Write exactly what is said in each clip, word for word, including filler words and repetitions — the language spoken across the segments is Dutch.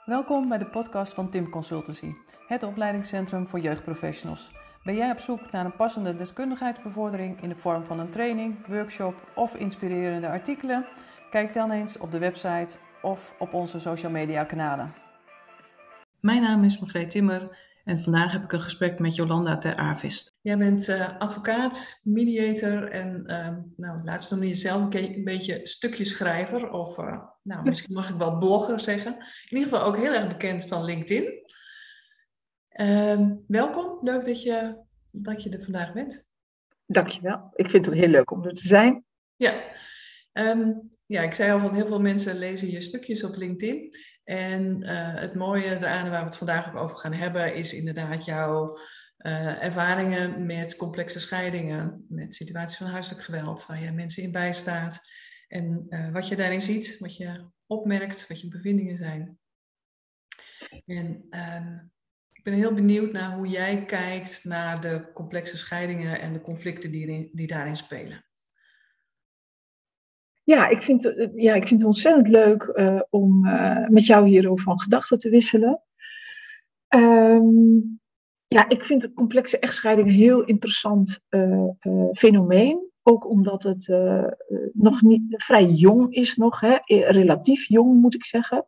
Welkom bij de podcast van Tim Consultancy, het opleidingscentrum voor jeugdprofessionals. Ben jij op zoek naar een passende deskundigheidsbevordering in de vorm van een training, workshop of inspirerende artikelen? Kijk dan eens op de website of op onze social media kanalen. Mijn naam is Margreet Timmer en vandaag heb ik een gesprek met Jolanda ter Avist. Jij bent uh, advocaat, mediator en uh, nou, laatst noemde je zelf een, ke- een beetje stukjeschrijver of uh, nou, misschien mag ik wel blogger zeggen. In ieder geval ook heel erg bekend van LinkedIn. Uh, welkom, leuk dat je, dat je er vandaag bent. Dankjewel, ik vind het heel leuk om er te zijn. Ja. Um, ja, ik zei al van heel veel mensen lezen je stukjes op LinkedIn. En uh, het mooie eraan waar we het vandaag ook over gaan hebben is inderdaad jouw uh, ervaringen met complexe scheidingen, met situaties van huiselijk geweld, waar je mensen in bijstaat. En uh, wat je daarin ziet, wat je opmerkt, wat je bevindingen zijn. En uh, ik ben heel benieuwd naar hoe jij kijkt naar de complexe scheidingen en de conflicten die, erin, die daarin spelen. Ja, ik vind, ja, ik vind het ontzettend leuk uh, om uh, met jou hierover van gedachten te wisselen. Um, ja, ik vind de complexe echtscheiding een heel interessant uh, uh, fenomeen. Ook omdat het uh, nog niet vrij jong is, nog, hè, relatief jong moet ik zeggen.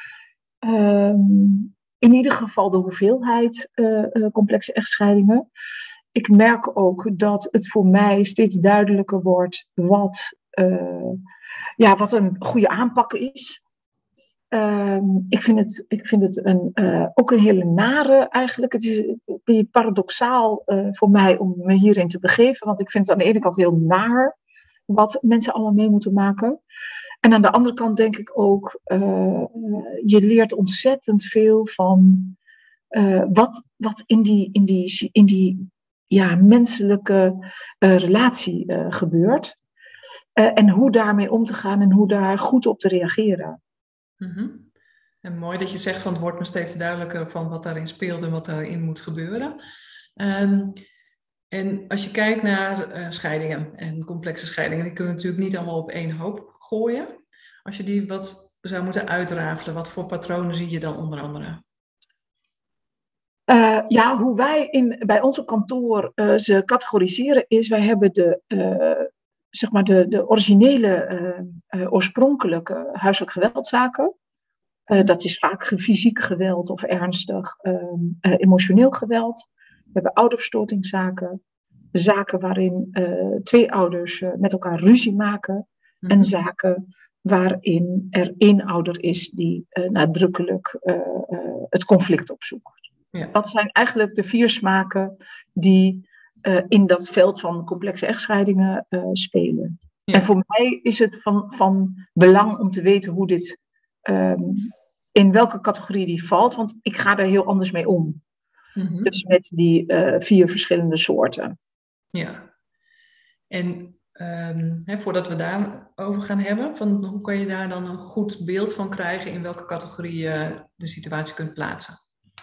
Um, in ieder geval de hoeveelheid uh, uh, complexe echtscheidingen. Ik merk ook dat het voor mij steeds duidelijker wordt wat... Uh, ja, wat een goede aanpak is. Um, ik vind het, ik vind het een, uh, ook een hele nare eigenlijk. Het is een beetje paradoxaal uh, voor mij om me hierin te begeven. Want ik vind het aan de ene kant heel naar wat mensen allemaal mee moeten maken. En aan de andere kant denk ik ook, uh, je leert ontzettend veel van uh, wat, wat in die, in die, in die ja, menselijke uh, relatie uh, gebeurt. Uh, en hoe daarmee om te gaan en hoe daar goed op te reageren. Mm-hmm. En mooi dat je zegt van het wordt me steeds duidelijker van wat daarin speelt en wat daarin moet gebeuren. Um, en als je kijkt naar uh, scheidingen en complexe scheidingen, die kunnen we natuurlijk niet allemaal op één hoop gooien. Als je die wat zou moeten uitrafelen, wat voor patronen zie je dan onder andere? Uh, ja, hoe wij in, bij ons op kantoor uh, ze categoriseren is, wij hebben de... Uh, zeg maar de, de originele, uh, uh, oorspronkelijke huiselijk geweldzaken. Uh, dat is vaak fysiek geweld of ernstig uh, uh, emotioneel geweld. We hebben ouderverstotingszaken, zaken waarin uh, twee ouders uh, met elkaar ruzie maken. Mm-hmm. En zaken waarin er één ouder is die uh, nadrukkelijk uh, uh, het conflict opzoekt. Ja. Dat zijn eigenlijk de vier smaken die... Uh, in dat veld van complexe echtscheidingen uh, spelen. Ja. En voor mij is het van, van belang om te weten hoe dit, um, in welke categorie die valt, want ik ga daar heel anders mee om. Mm-hmm. Dus met die uh, vier verschillende soorten. Ja, en um, hè, voordat we daarover gaan hebben, van hoe kan je daar dan een goed beeld van krijgen in welke categorie je de situatie kunt plaatsen?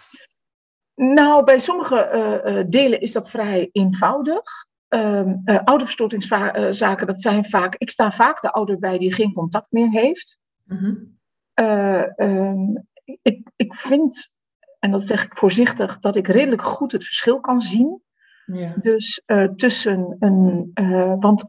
Nou, bij sommige uh, delen is dat vrij eenvoudig. Uh, uh, ouderverstotingszaken, dat zijn vaak... Ik sta vaak de ouder bij die geen contact meer heeft. Mm-hmm. Uh, um, ik, ik vind, en dat zeg ik voorzichtig, dat ik redelijk goed het verschil kan zien. Ja. Dus uh, tussen een... Uh, want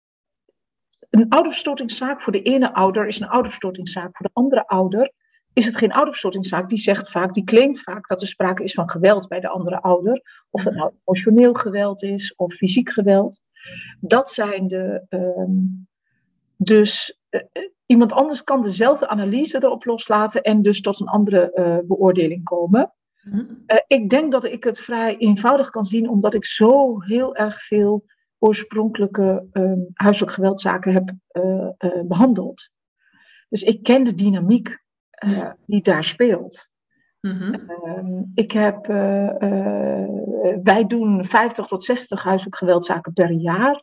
een ouderverstotingszaak voor de ene ouder is een ouderverstotingszaak voor de andere ouder... Is het geen ouderverstotingszaak, die zegt vaak, die claimt vaak dat er sprake is van geweld bij de andere ouder. Of dat nou emotioneel geweld is of fysiek geweld. Dat zijn de... Um, dus uh, iemand anders kan dezelfde analyse erop loslaten en dus tot een andere uh, beoordeling komen. Mm-hmm. Uh, ik denk dat ik het vrij eenvoudig kan zien, omdat ik zo heel erg veel oorspronkelijke um, huiselijk geweldzaken heb uh, uh, behandeld. Dus ik ken de dynamiek Uh, die daar speelt. Mm-hmm. Uh, ik heb, uh, uh, wij doen vijftig tot zestig huiselijk geweldzaken per jaar.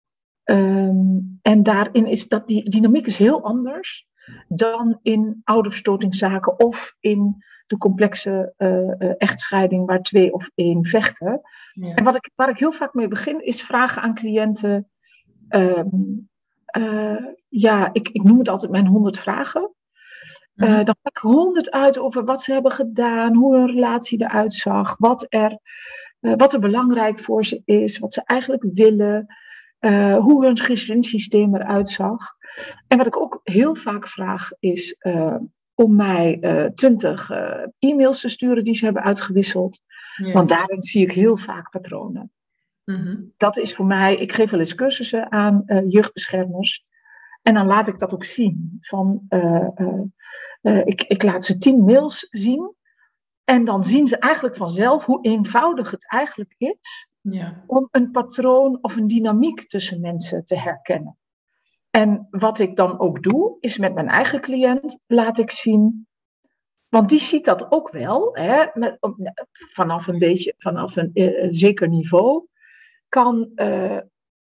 Um, en daarin is dat, die dynamiek is heel anders dan in ouderverstotingszaken of in de complexe uh, uh, echtscheiding waar twee of één vechten. Ja. En wat ik, waar ik heel vaak mee begin is vragen aan cliënten. Um, uh, ja, ik, ik noem het altijd mijn honderd vragen. Uh, dan pak ik honderd uit over wat ze hebben gedaan, hoe hun relatie eruit zag, wat er, uh, wat er belangrijk voor ze is, wat ze eigenlijk willen, uh, hoe hun gezinssysteem eruit zag. En wat ik ook heel vaak vraag is uh, om mij uh, twintig uh, e-mails te sturen die ze hebben uitgewisseld. Ja. Want daarin zie ik heel vaak patronen. Mm-hmm. Dat is voor mij, ik geef wel eens cursussen aan uh, jeugdbeschermers. En dan laat ik dat ook zien. Van, uh, uh, uh, ik, ik laat ze tien mails zien. En dan zien ze eigenlijk vanzelf hoe eenvoudig het eigenlijk is. Ja. Om een patroon of een dynamiek tussen mensen te herkennen. En wat ik dan ook doe, is met mijn eigen cliënt laat ik zien. Want die ziet dat ook wel. Hè, met, vanaf een beetje, vanaf een uh, zeker niveau. Kan uh,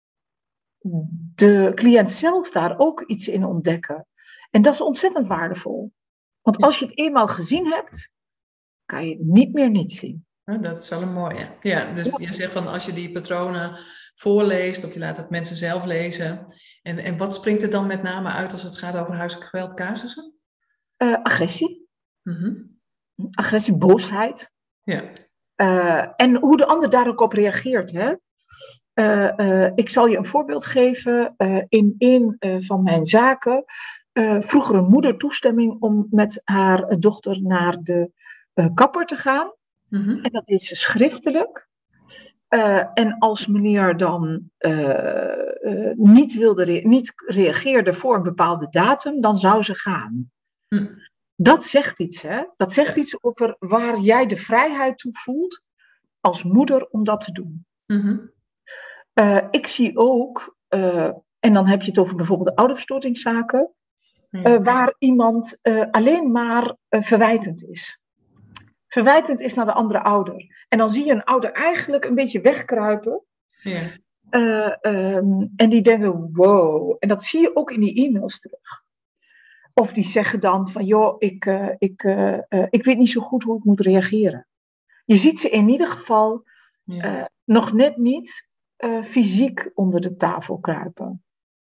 de cliënt zelf daar ook iets in ontdekken. En dat is ontzettend waardevol. Want als je het eenmaal gezien hebt, kan je het niet meer niet zien. Ja, dat is wel een mooie. Ja, dus ja. Je zegt van als je die patronen voorleest of je laat het mensen zelf lezen. En, en wat springt er dan met name uit als het gaat over huiselijk geweld casussen? Uh, agressie. Mm-hmm. Agressie, boosheid. Ja. Uh, en hoe de ander daar ook op reageert. Hè? Uh, uh, ik zal je een voorbeeld geven. Uh, in een uh, van mijn zaken uh, vroeg er een moeder toestemming om met haar dochter naar de uh, kapper te gaan. Mm-hmm. En dat deed ze schriftelijk. Uh, en als meneer dan uh, uh, niet, wilde re- niet reageerde voor een bepaalde datum, dan zou ze gaan. Mm. Dat zegt iets, hè? Dat zegt ja. iets over waar jij de vrijheid toe voelt als moeder om dat te doen. Mm-hmm. Uh, ik zie ook, uh, en dan heb je het over bijvoorbeeld de ouderverstotingszaken, uh, waar iemand uh, alleen maar uh, verwijtend is. Verwijtend is naar de andere ouder. En dan zie je een ouder eigenlijk een beetje wegkruipen. Ja. Uh, um, en die denken, wow. En dat zie je ook in die e-mails terug. Of die zeggen dan van, joh, ik, uh, ik, uh, uh, ik weet niet zo goed hoe ik moet reageren. Je ziet ze in ieder geval ja. uh, nog net niet uh, fysiek onder de tafel kruipen.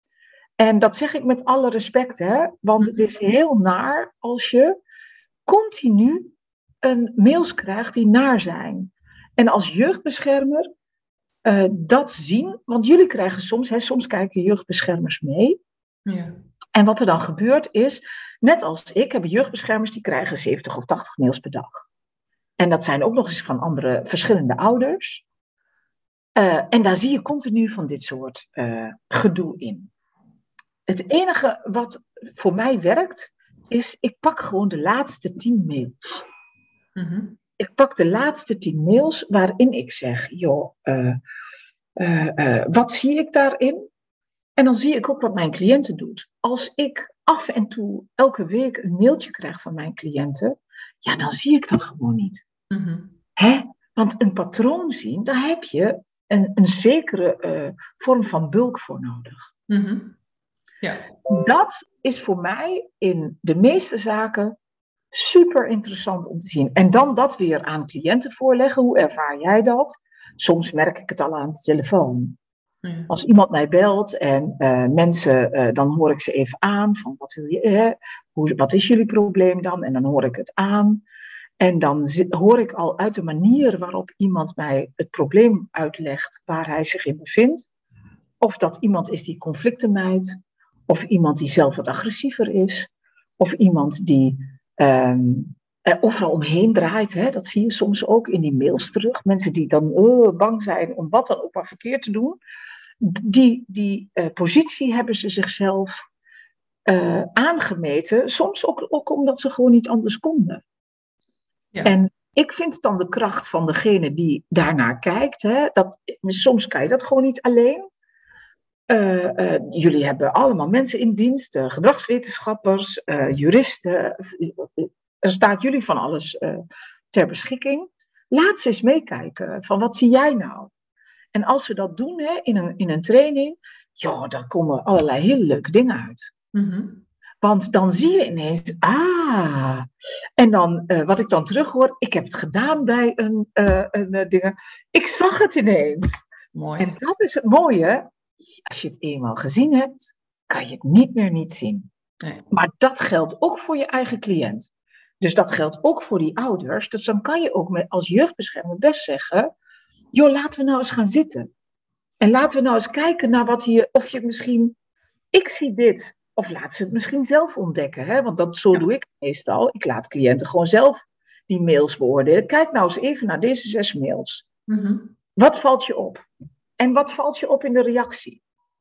En dat zeg ik met alle respect, hè. Want het is heel naar als je continu een mails krijgt die naar zijn. En als jeugdbeschermer uh, dat zien, want jullie krijgen soms, hè, soms kijken jeugdbeschermers mee. Ja. En wat er dan gebeurt is, net als ik, hebben jeugdbeschermers die krijgen zeventig of tachtig mails per dag. En dat zijn ook nog eens van andere verschillende ouders. Uh, en daar zie je continu van dit soort uh, gedoe in. Het enige wat voor mij werkt, is ik pak gewoon de laatste tien mails. Mm-hmm. Ik pak de laatste tien mails waarin ik zeg, joh, uh, uh, uh, wat zie ik daarin? En dan zie ik ook wat mijn cliënten doet. Als ik af en toe elke week een mailtje krijg van mijn cliënten, ja, dan zie ik dat gewoon niet. Mm-hmm. Hè? Want een patroon zien, daar heb je een, een zekere uh, vorm van bulk voor nodig. Mm-hmm. Ja. Dat is voor mij in de meeste zaken super interessant om te zien. En dan dat weer aan cliënten voorleggen. Hoe ervaar jij dat? Soms merk ik het al aan de telefoon. Ja. Als iemand mij belt en uh, mensen, uh, dan hoor ik ze even aan. Van wat, wil je, eh, hoe, wat is jullie probleem dan? En dan hoor ik het aan. En dan zi- hoor ik al uit de manier waarop iemand mij het probleem uitlegt waar hij zich in bevindt. Of dat iemand is die conflicten mijdt. Of iemand die zelf wat agressiever is. Of iemand die um, er overal omheen draait. Hè? Dat zie je soms ook in die mails terug. Mensen die dan uh, bang zijn om wat dan ook maar verkeerd te doen. Die, die uh, positie hebben ze zichzelf uh, aangemeten. Soms ook, ook omdat ze gewoon niet anders konden. Ja. En ik vind het dan de kracht van degene die daarnaar kijkt. Hè? Dat, soms kan je dat gewoon niet alleen. Uh, uh, jullie hebben allemaal mensen in dienst, uh, gedragswetenschappers, uh, juristen. Er staat jullie van alles uh, ter beschikking. Laat ze eens meekijken van wat zie jij nou? En als we dat doen hè, in, een, in een training, joh, dan komen allerlei hele leuke dingen uit. Mm-hmm. Want dan zie je ineens, ah, en dan uh, wat ik dan terughoor, ik heb het gedaan bij een, uh, een uh, ding. Ik zag het ineens. Mooi. En dat is het mooie. Als je het eenmaal gezien hebt, kan je het niet meer niet zien. Nee. Maar dat geldt ook voor je eigen cliënt. Dus dat geldt ook voor die ouders. Dus dan kan je ook met, als jeugdbeschermer best zeggen, joh, laten we nou eens gaan zitten. En laten we nou eens kijken naar wat hier, of je misschien, ik zie dit. Of laat ze het misschien zelf ontdekken. Hè? Want dat, zo Ja. doe ik meestal. Ik laat cliënten gewoon zelf die mails beoordelen. Kijk nou eens even naar deze zes mails. Mm-hmm. Wat valt je op? En wat valt je op in de reactie?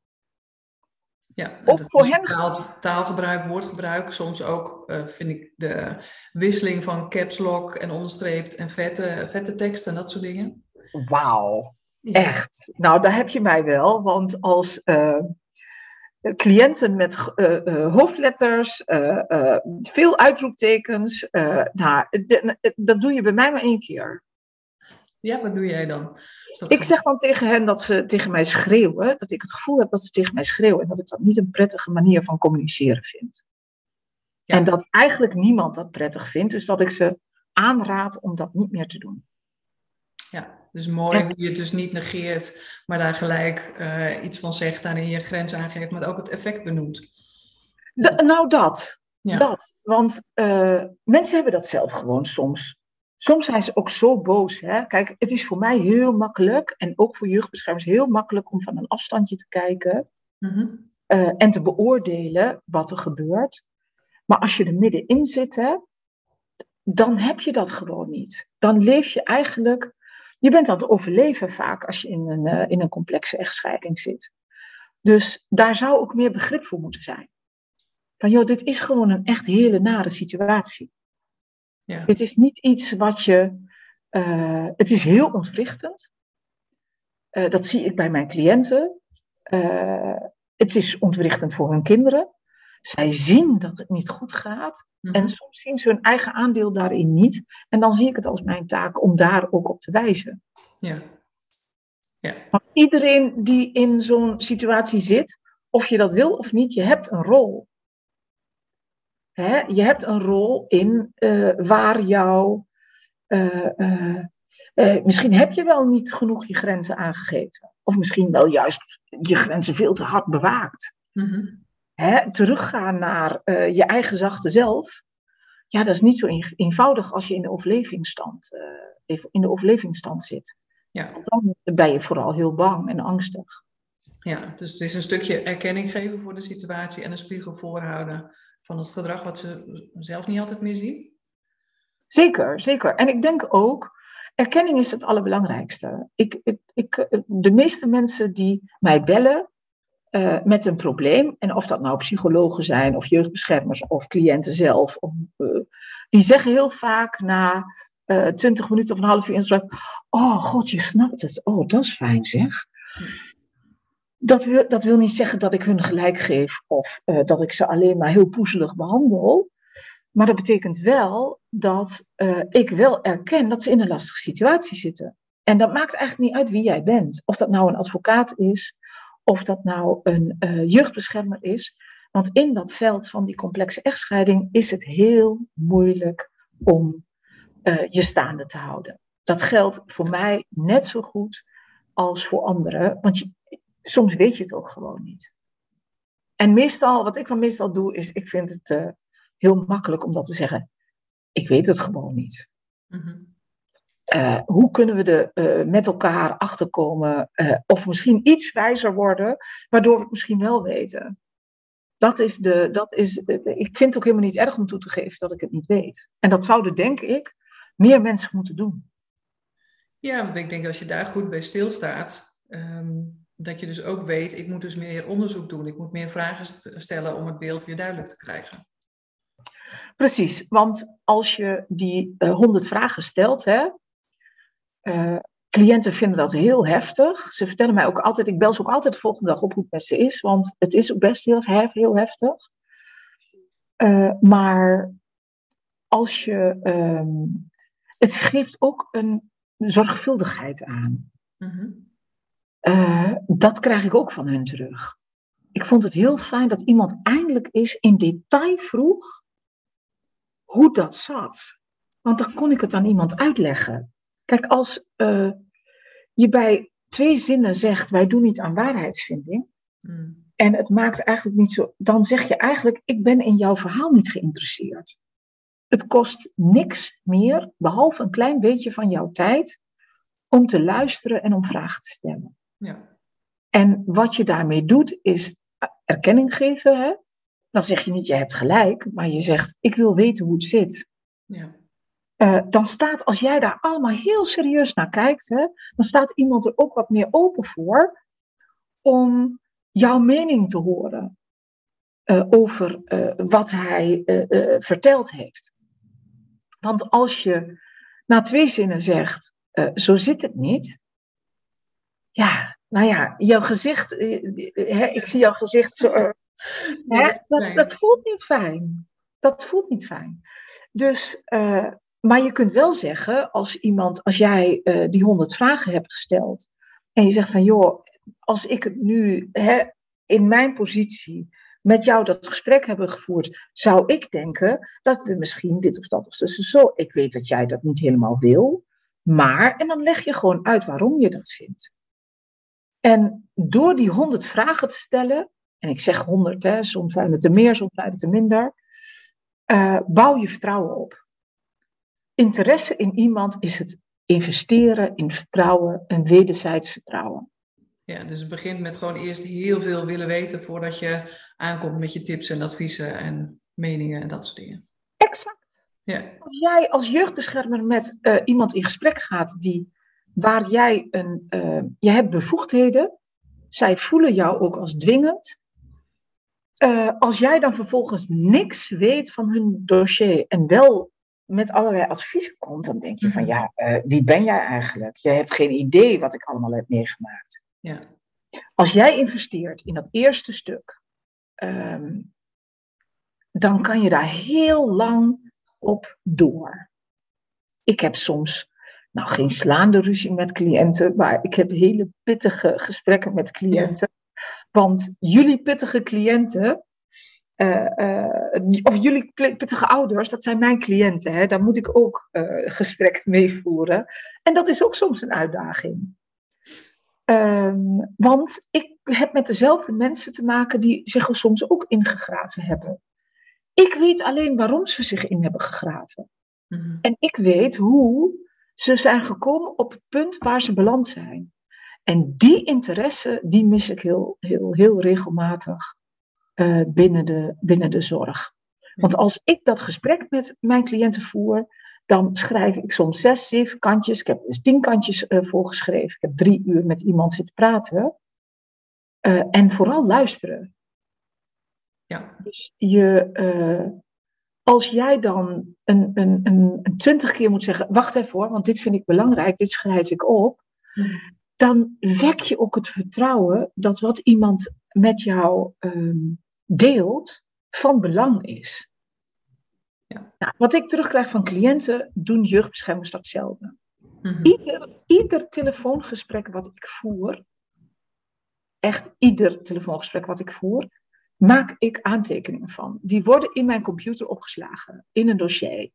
Ja, Ook dat voor is hen. taal, taalgebruik, woordgebruik. Soms ook uh, vind ik de wisseling van caps lock en onderstreept en vette, vette teksten en dat soort dingen. Wauw, Ja. echt. Nou, daar heb je mij wel. Want als uh, cliënten met uh, uh, hoofdletters, uh, uh, veel uitroeptekens, uh, nou, de, de, dat doe je bij mij maar één keer. Ja, wat doe jij dan? Ik zeg dan tegen hen dat ze tegen mij schreeuwen, dat ik het gevoel heb dat ze tegen mij schreeuwen en dat ik dat niet een prettige manier van communiceren vind. Ja. En dat eigenlijk niemand dat prettig vindt, dus dat ik ze aanraad om dat niet meer te doen. Ja, dus mooi ja. hoe je het dus niet negeert, maar daar gelijk uh, iets van zegt, daarin je grens aangeeft, maar ook het effect benoemt. De, nou dat, ja. dat. Want uh, mensen hebben dat zelf gewoon soms. Soms zijn ze ook zo boos. Hè? Kijk, het is voor mij heel makkelijk, en ook voor jeugdbeschermers heel makkelijk om van een afstandje te kijken mm-hmm. uh, en te beoordelen wat er gebeurt. Maar als je er middenin zit, hè, dan heb je dat gewoon niet. Dan leef je eigenlijk, je bent aan het overleven vaak als je in een, uh, in een complexe echtscheiding zit. Dus daar zou ook meer begrip voor moeten zijn. Van joh, dit is gewoon een echt hele nare situatie. Ja. Dit is niet iets wat je... Uh, het is heel ontwrichtend. Uh, dat zie ik bij mijn cliënten. Uh, het is ontwrichtend voor hun kinderen. Zij zien dat het niet goed gaat. Mm-hmm. En soms zien ze hun eigen aandeel daarin niet. En dan zie ik het als mijn taak om daar ook op te wijzen. Ja. Ja. Want iedereen die in zo'n situatie zit, of je dat wil of niet, je hebt een rol. Hè? Je hebt een rol in uh, waar jouw... Uh, uh, uh, misschien heb je wel niet genoeg je grenzen aangegeven. Of misschien wel juist je grenzen veel te hard bewaakt. Mm-hmm. Hè? Teruggaan naar uh, je eigen zachte zelf. Ja, dat is niet zo eenvoudig als je in de overlevingsstand, uh, in de overlevingsstand zit. Ja. Want dan ben je vooral heel bang en angstig. Ja, dus het is een stukje erkenning geven voor de situatie en een spiegel voorhouden van het gedrag wat ze zelf niet altijd meer zien. Zeker, zeker. En ik denk ook, erkenning is het allerbelangrijkste. Ik, ik, ik, de meeste mensen die mij bellen uh, met een probleem, en of dat nou psychologen zijn, of jeugdbeschermers, of cliënten zelf, of, uh, die zeggen heel vaak na uh, twintig minuten of een half uur inspraak, oh god, je snapt het. Oh, dat is fijn zeg. Dat wil, dat wil niet zeggen dat ik hun gelijk geef, of uh, dat ik ze alleen maar heel poezelig behandel. Maar dat betekent wel dat uh, ik wel erken dat ze in een lastige situatie zitten. En dat maakt eigenlijk niet uit wie jij bent. Of dat nou een advocaat is, of dat nou een uh, jeugdbeschermer is. Want in dat veld van die complexe echtscheiding is het heel moeilijk om uh, je staande te houden. Dat geldt voor mij net zo goed als voor anderen. Want je, soms weet je het ook gewoon niet. En meestal, wat ik dan meestal doe, is ik vind het... Uh, heel makkelijk om dat te zeggen. Ik weet het gewoon niet. Mm-hmm. Uh, hoe kunnen we er uh, met elkaar achterkomen? Uh, of misschien iets wijzer worden, waardoor we het misschien wel weten. Dat is de, dat is, uh, ik vind het ook helemaal niet erg om toe te geven dat ik het niet weet. En dat zouden, denk ik, meer mensen moeten doen. Ja, want ik denk als je daar goed bij stilstaat, um, dat je dus ook weet, ik moet dus meer onderzoek doen. Ik moet meer vragen stellen om het beeld weer duidelijk te krijgen. Precies, want als je die honderd uh, vragen stelt, hè, uh, cliënten vinden dat heel heftig. Ze vertellen mij ook altijd, ik bel ze ook altijd de volgende dag op hoe het met ze is, want het is ook best heel, heel heftig. Uh, maar als je, um, het geeft ook een zorgvuldigheid aan. Mm-hmm. Uh, dat krijg ik ook van hun terug. Ik vond het heel fijn dat iemand eindelijk eens in detail vroeg hoe dat zat. Want dan kon ik het aan iemand uitleggen. Kijk, als uh, je bij twee zinnen zegt, wij doen niet aan waarheidsvinding. Mm. En het maakt eigenlijk niet zo... Dan zeg je eigenlijk, ik ben in jouw verhaal niet geïnteresseerd. Het kost niks meer, behalve een klein beetje van jouw tijd, om te luisteren en om vragen te stellen. Ja. En wat je daarmee doet, is erkenning geven. Hè? Dan zeg je niet, je hebt gelijk, maar je zegt, ik wil weten hoe het zit. Ja. Uh, dan staat, als jij daar allemaal heel serieus naar kijkt, hè, dan staat iemand er ook wat meer open voor om jouw mening te horen uh, over uh, wat hij uh, uh, verteld heeft. Want als je na twee zinnen zegt, uh, zo zit het niet. Ja, nou ja, jouw gezicht, uh, hè, ik zie jouw gezicht zo. Uh, hè, dat, dat voelt niet fijn. Dat voelt niet fijn. Dus, uh, maar je kunt wel zeggen, als iemand, als jij uh, die honderd vragen hebt gesteld en je zegt van, joh, als ik het nu hè, in mijn positie met jou dat gesprek hebben gevoerd, zou ik denken dat we misschien dit of dat of zo. Ik weet dat jij dat niet helemaal wil, maar, en dan leg je gewoon uit waarom je dat vindt. En door die honderd vragen te stellen, en ik zeg honderd, hè, soms zijn het er meer, soms zijn het er minder, uh, bouw je vertrouwen op. Interesse in iemand is het investeren in vertrouwen en wederzijds vertrouwen. Ja, dus het begint met gewoon eerst heel veel willen weten voordat je aankomt met je tips en adviezen en meningen en dat soort dingen. Exact. Ja. Als jij als jeugdbeschermer met uh, iemand in gesprek gaat die, waar jij een, uh, je hebt bevoegdheden, zij voelen jou ook als dwingend. Uh, als jij dan vervolgens niks weet van hun dossier en wel met allerlei adviezen komt, dan denk je van ja, uh, wie ben jij eigenlijk? Je hebt geen idee wat ik allemaal heb meegemaakt. Ja. Als jij investeert in dat eerste stuk, um, dan kan je daar heel lang op door. Ik heb soms, nou geen slaande ruzie met cliënten, maar ik heb hele pittige gesprekken met cliënten. Ja. Want jullie pittige cliënten, uh, uh, of jullie pittige ouders, dat zijn mijn cliënten. Hè? Daar moet ik ook uh, gesprekken mee voeren. En dat is ook soms een uitdaging. Um, want ik heb met dezelfde mensen te maken die zich er soms ook ingegraven hebben. Ik weet alleen waarom ze zich in hebben gegraven. Mm-hmm. En ik weet hoe ze zijn gekomen op het punt waar ze beland zijn. En die interesse, die mis ik heel, heel, heel regelmatig uh, binnen, de, binnen de zorg. Want als ik dat gesprek met mijn cliënten voer, dan schrijf ik soms zes, zeven kantjes. Ik heb dus tien kantjes uh, voorgeschreven. Ik heb drie uur met iemand zitten praten. Uh, en vooral luisteren. Ja. Dus je, uh, als jij dan een, een, een, een twintig keer moet zeggen, wacht even hoor, want dit vind ik belangrijk, dit schrijf ik op. Mm. Dan wek je ook het vertrouwen dat wat iemand met jou um, deelt van belang is. Ja. Nou, wat ik terugkrijg van cliënten, doen jeugdbeschermers datzelfde. Mm-hmm. Ieder, ieder telefoongesprek wat ik voer, echt ieder telefoongesprek wat ik voer, maak ik aantekeningen van. Die worden in mijn computer opgeslagen, in een dossier.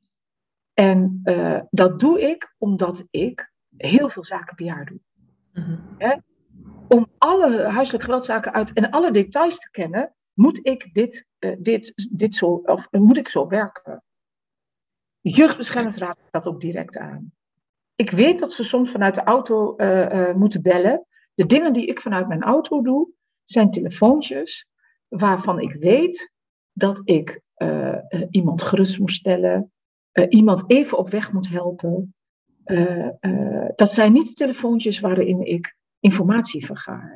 En uh, dat doe ik omdat ik heel veel zaken per jaar doe. Mm-hmm. Hè? Om alle huiselijke geweldzaken uit en alle details te kennen, moet ik dit, uh, dit, dit zo, of uh, moet ik zo werken. De jeugdbeschermers raad ik dat ook direct aan. Ik weet dat ze soms vanuit de auto uh, uh, moeten bellen. De dingen die ik vanuit mijn auto doe, zijn telefoontjes waarvan ik weet dat ik uh, uh, iemand gerust moet stellen, uh, iemand even op weg moet helpen. Uh, uh, dat zijn niet de telefoontjes waarin ik informatie vergaar.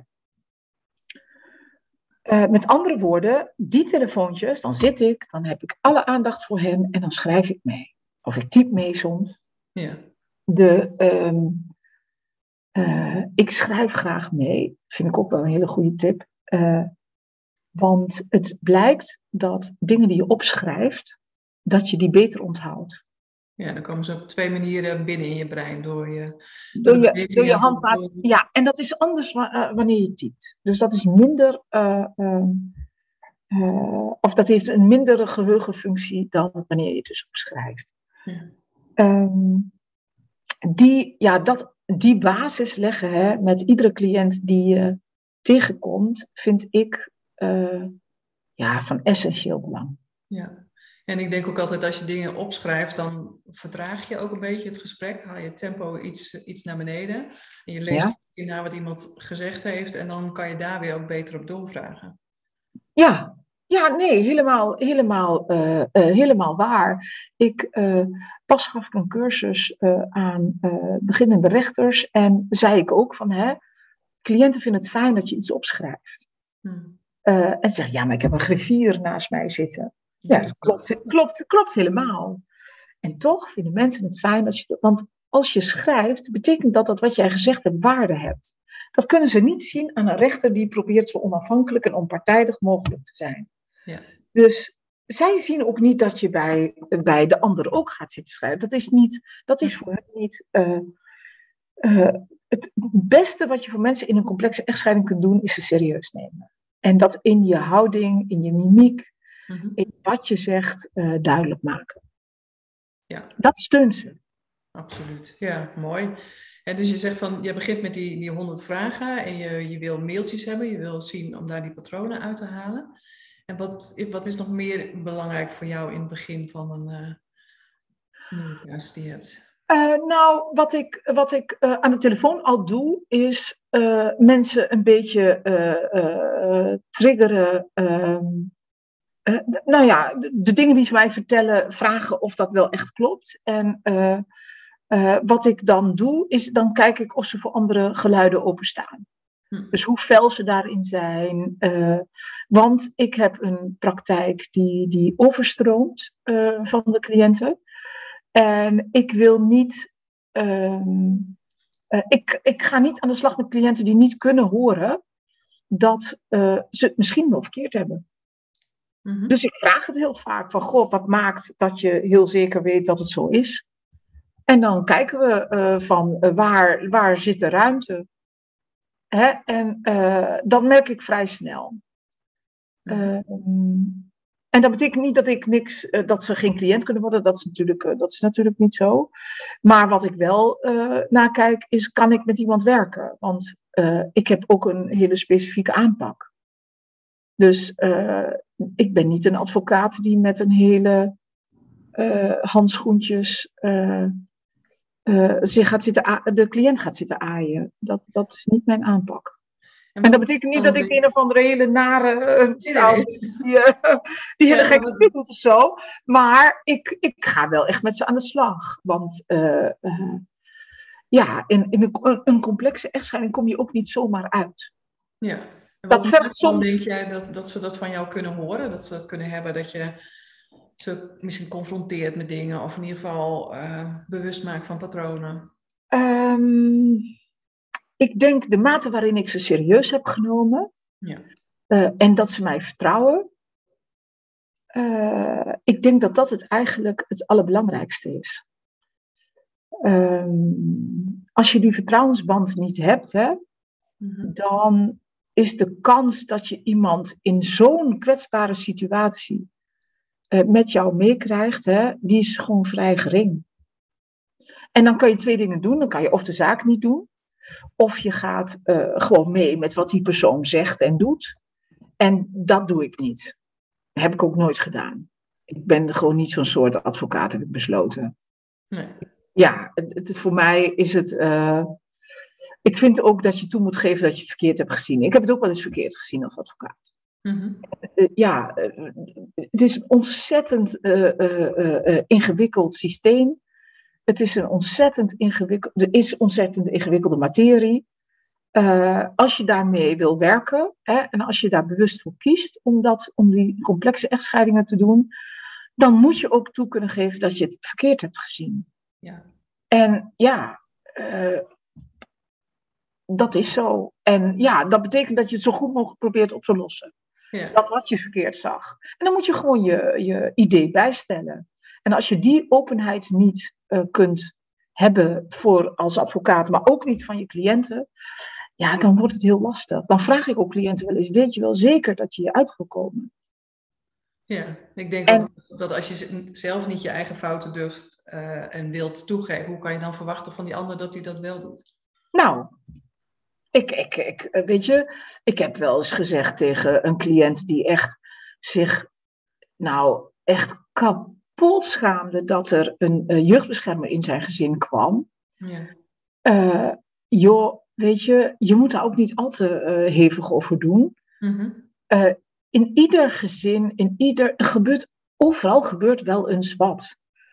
Uh, met andere woorden, die telefoontjes, dan zit ik, dan heb ik alle aandacht voor hen en dan schrijf ik mee. Of ik typ mee soms. Ja. De, um, uh, ik schrijf graag mee, vind ik ook wel een hele goede tip. Uh, want het blijkt dat dingen die je opschrijft, dat je die beter onthoudt. Ja, dan komen ze op twee manieren binnen in je brein. Door je, door je, door je handmaat. Ja, en dat is anders uh, wanneer je typt. Dus dat is minder, uh, uh, uh, of dat heeft een mindere geheugenfunctie dan wanneer je het dus opschrijft. Ja. Um, die, ja, dat, die basis leggen hè, met iedere cliënt die, uh, tegenkomt, vind ik uh, ja, van essentieel belang. Ja, en ik denk ook altijd als je dingen opschrijft, dan vertraag je ook een beetje het gesprek. Haal je tempo iets, iets naar beneden. En je leest Ja? naar wat iemand gezegd heeft en dan kan je daar weer ook beter op doorvragen. Ja, ja, nee, helemaal, helemaal, uh, uh, helemaal waar. Ik uh, pas gaf ik een cursus uh, aan uh, beginnende rechters en zei ik ook van, hè, cliënten vinden het fijn dat je iets opschrijft. Hmm. Uh, en zeg, ja, maar ik heb een griffier naast mij zitten. Ja, dat klopt, klopt, klopt helemaal. En toch vinden mensen het fijn dat je, want als je schrijft, betekent dat dat wat jij gezegd hebt waarde hebt. Dat kunnen ze niet zien aan een rechter die probeert zo onafhankelijk en onpartijdig mogelijk te zijn. Ja. Dus zij zien ook niet dat je bij, bij de ander ook gaat zitten schrijven. Dat is, niet, dat is voor hen niet... Uh, uh, het beste wat je voor mensen in een complexe echtscheiding kunt doen, is ze serieus nemen. En dat in je houding, in je mimiek, mm-hmm. in wat je zegt, uh, duidelijk maken. Ja. Dat steunt ze. Absoluut, ja, mooi. En dus je zegt van, je begint met die, die honderd vragen en je, je wil mailtjes hebben, je wil zien om daar die patronen uit te halen. En wat, wat is nog meer belangrijk voor jou in het begin van een uh, nieuwe casus die je hebt? Uh, nou, wat ik, wat ik uh, aan de telefoon al doe, is uh, mensen een beetje uh, uh, triggeren. Uh, uh, nou ja, de, de dingen die ze mij vertellen, vragen of dat wel echt klopt. En uh, uh, wat ik dan doe, is dan kijk ik of ze voor andere geluiden openstaan. Hm. Dus hoe fel ze daarin zijn. Uh, want ik heb een praktijk die, die overstroomt uh, van de cliënten. En ik wil niet, um, uh, ik, ik ga niet aan de slag met cliënten die niet kunnen horen dat uh, ze het misschien wel verkeerd hebben. Mm-hmm. Dus ik vraag het heel vaak van, goh, wat maakt dat je heel zeker weet dat het zo is? En dan kijken we uh, van uh, waar, waar zit de ruimte? Hè? En uh, dat merk ik vrij snel. Mm-hmm. Uh, En dat betekent niet dat ik niks, uh, dat ze geen cliënt kunnen worden. Dat is natuurlijk, uh, dat is natuurlijk niet zo. Maar wat ik wel uh, nakijk is, kan ik met iemand werken? Want uh, ik heb ook een hele specifieke aanpak. Dus uh, ik ben niet een advocaat die met een hele uh, handschoentjes uh, uh, zich gaat zitten a- de cliënt gaat zitten aaien. Dat, dat is niet mijn aanpak. En, en dat betekent niet dat ik een of andere hele nare uh, vrouw nee, nee. die, uh, die hele ja, gekke dingen doet of zo. Maar ik, ik ga wel echt met ze aan de slag. Want uh, uh, ja, in, in een, een complexe echtscheiding kom je ook niet zomaar uit. Ja. En dat vergt soms. Denk jij dat, dat ze dat van jou kunnen horen? Dat ze dat kunnen hebben dat je ze misschien confronteert met dingen. Of in ieder geval uh, bewust maakt van patronen? Um, Ik denk de mate waarin ik ze serieus heb genomen. Ja. Uh, en dat ze mij vertrouwen. Uh, ik denk dat dat het eigenlijk het allerbelangrijkste is. Um, als je die vertrouwensband niet hebt, hè, mm-hmm. dan is de kans dat je iemand in zo'n kwetsbare situatie uh, met jou meekrijgt, hè, die is gewoon vrij gering. En dan kan je twee dingen doen. Dan kan je of de zaak niet doen. Of je gaat uh, gewoon mee met wat die persoon zegt en doet. En dat doe ik niet. Dat heb ik ook nooit gedaan. Ik ben gewoon niet zo'n soort advocaat, heb ik besloten. Nee. Ja, het, het, voor mij is het... Uh, ik vind ook dat je toe moet geven dat je het verkeerd hebt gezien. Ik heb het ook wel eens verkeerd gezien als advocaat. Mm-hmm. Uh, ja, uh, het is een ontzettend uh, uh, uh, ingewikkeld systeem. Het is een ontzettend ingewikkelde, er is ontzettend ingewikkelde materie. Uh, als je daarmee wil werken, hè, en als je daar bewust voor kiest om, dat, om die complexe echtscheidingen te doen, dan moet je ook toe kunnen geven dat je het verkeerd hebt gezien. Ja. En ja, uh, dat is zo. En ja, dat betekent dat je het zo goed mogelijk probeert op te lossen. Ja. Dat wat je verkeerd zag. En dan moet je gewoon je, je idee bijstellen. En als je die openheid niet uh, kunt hebben voor als advocaat, maar ook niet van je cliënten, ja, dan wordt het heel lastig. Dan vraag ik ook cliënten wel eens, weet je wel zeker dat je hieruit wil komen? Ja, ik denk en, ook dat als je zelf niet je eigen fouten durft uh, en wilt toegeven, hoe kan je dan verwachten van die ander dat hij dat wel doet? Nou, Ik, ik, ik, weet je, ik heb wel eens gezegd tegen een cliënt die echt zich, nou, echt kapot schaamde dat er een uh, jeugdbeschermer in zijn gezin kwam. Ja. Uh, joh, weet je, je moet daar ook niet al te uh, hevig over doen. Mm-hmm. Uh, in ieder gezin, in ieder, gebeurt, overal gebeurt wel eens wat.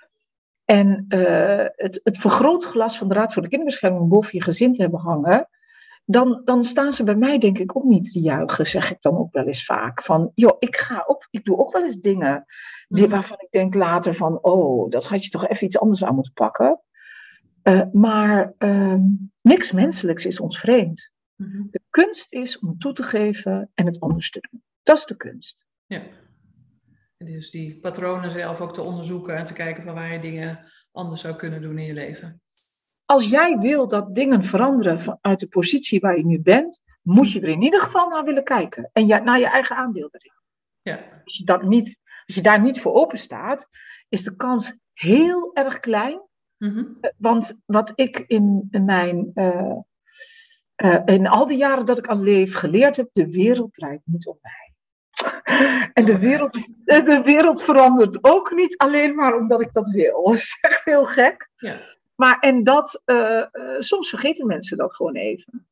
En uh, het, het vergrootglas van de Raad voor de Kinderbescherming boven je gezin te hebben hangen, dan, dan staan ze bij mij denk ik ook niet te juichen, zeg ik dan ook wel eens vaak. Van, joh, ik, ga ook, ik doe ook wel eens dingen die, waarvan ik denk later van, oh, dat had je toch even iets anders aan moeten pakken. Uh, maar uh, niks menselijks is ons vreemd. Mm-hmm. De kunst is om toe te geven en het anders te doen. Dat is de kunst. Ja. Dus die patronen zelf ook te onderzoeken en te kijken van waar je dingen anders zou kunnen doen in je leven. Als jij wil dat dingen veranderen vanuit de positie waar je nu bent, moet je er in ieder geval naar willen kijken. En ja, naar je eigen aandeel erin. Ja. Als je, dat niet, als je daar niet voor open staat, is de kans heel erg klein. Mm-hmm. Want wat ik in, in mijn... Uh, uh, in al die jaren dat ik al leef geleerd heb, de wereld draait niet om mij. En de wereld, de wereld verandert ook niet alleen maar omdat ik dat wil. Dat is echt heel gek. Ja. Maar en dat, uh, uh, soms vergeten mensen dat gewoon even.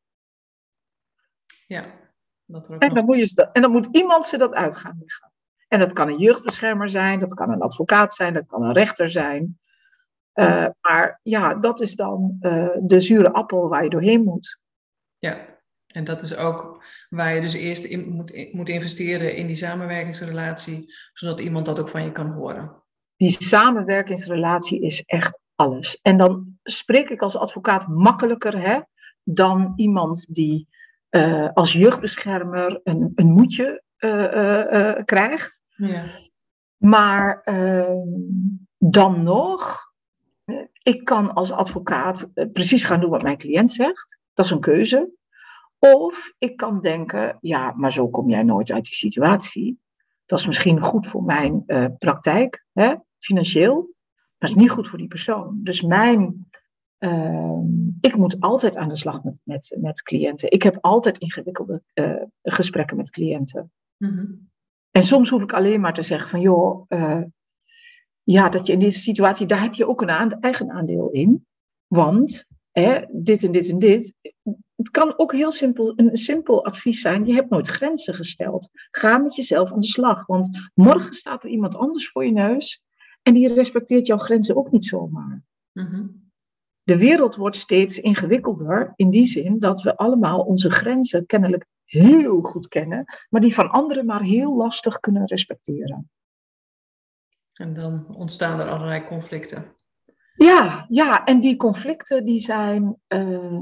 Ja. Dat er ook en, nog... dan moet je, en dan moet iemand ze dat uit gaan leggen. En dat kan een jeugdbeschermer zijn, dat kan een advocaat zijn, dat kan een rechter zijn. Uh, maar ja, dat is dan uh, de zure appel waar je doorheen moet. Ja. En dat is ook waar je dus eerst in moet, moet investeren in die samenwerkingsrelatie, zodat iemand dat ook van je kan horen. Die samenwerkingsrelatie is echt alles. En dan spreek ik als advocaat makkelijker hè, dan iemand die uh, als jeugdbeschermer een, een moedje uh, uh, uh, krijgt. Ja. Maar uh, dan nog, ik kan als advocaat uh, precies gaan doen wat mijn cliënt zegt. Dat is een keuze. Of ik kan denken, ja, maar zo kom jij nooit uit die situatie. Dat is misschien goed voor mijn uh, praktijk, hè, financieel. Maar dat is niet goed voor die persoon. Dus mijn, uh, ik moet altijd aan de slag met, met, met cliënten. Ik heb altijd ingewikkelde uh, gesprekken met cliënten. Mm-hmm. En soms hoef ik alleen maar te zeggen van, joh, uh, ja, dat je in deze situatie, daar heb je ook een aan, eigen aandeel in. Want hè, dit en dit en dit. Het kan ook heel simpel, een simpel advies zijn. Je hebt nooit grenzen gesteld. Ga met jezelf aan de slag. Want morgen staat er iemand anders voor je neus. En die respecteert jouw grenzen ook niet zomaar. Mm-hmm. De wereld wordt steeds ingewikkelder. In die zin dat we allemaal onze grenzen kennelijk heel goed kennen. Maar die van anderen maar heel lastig kunnen respecteren. En dan ontstaan er allerlei conflicten. Ja, ja, en die conflicten die zijn... Uh,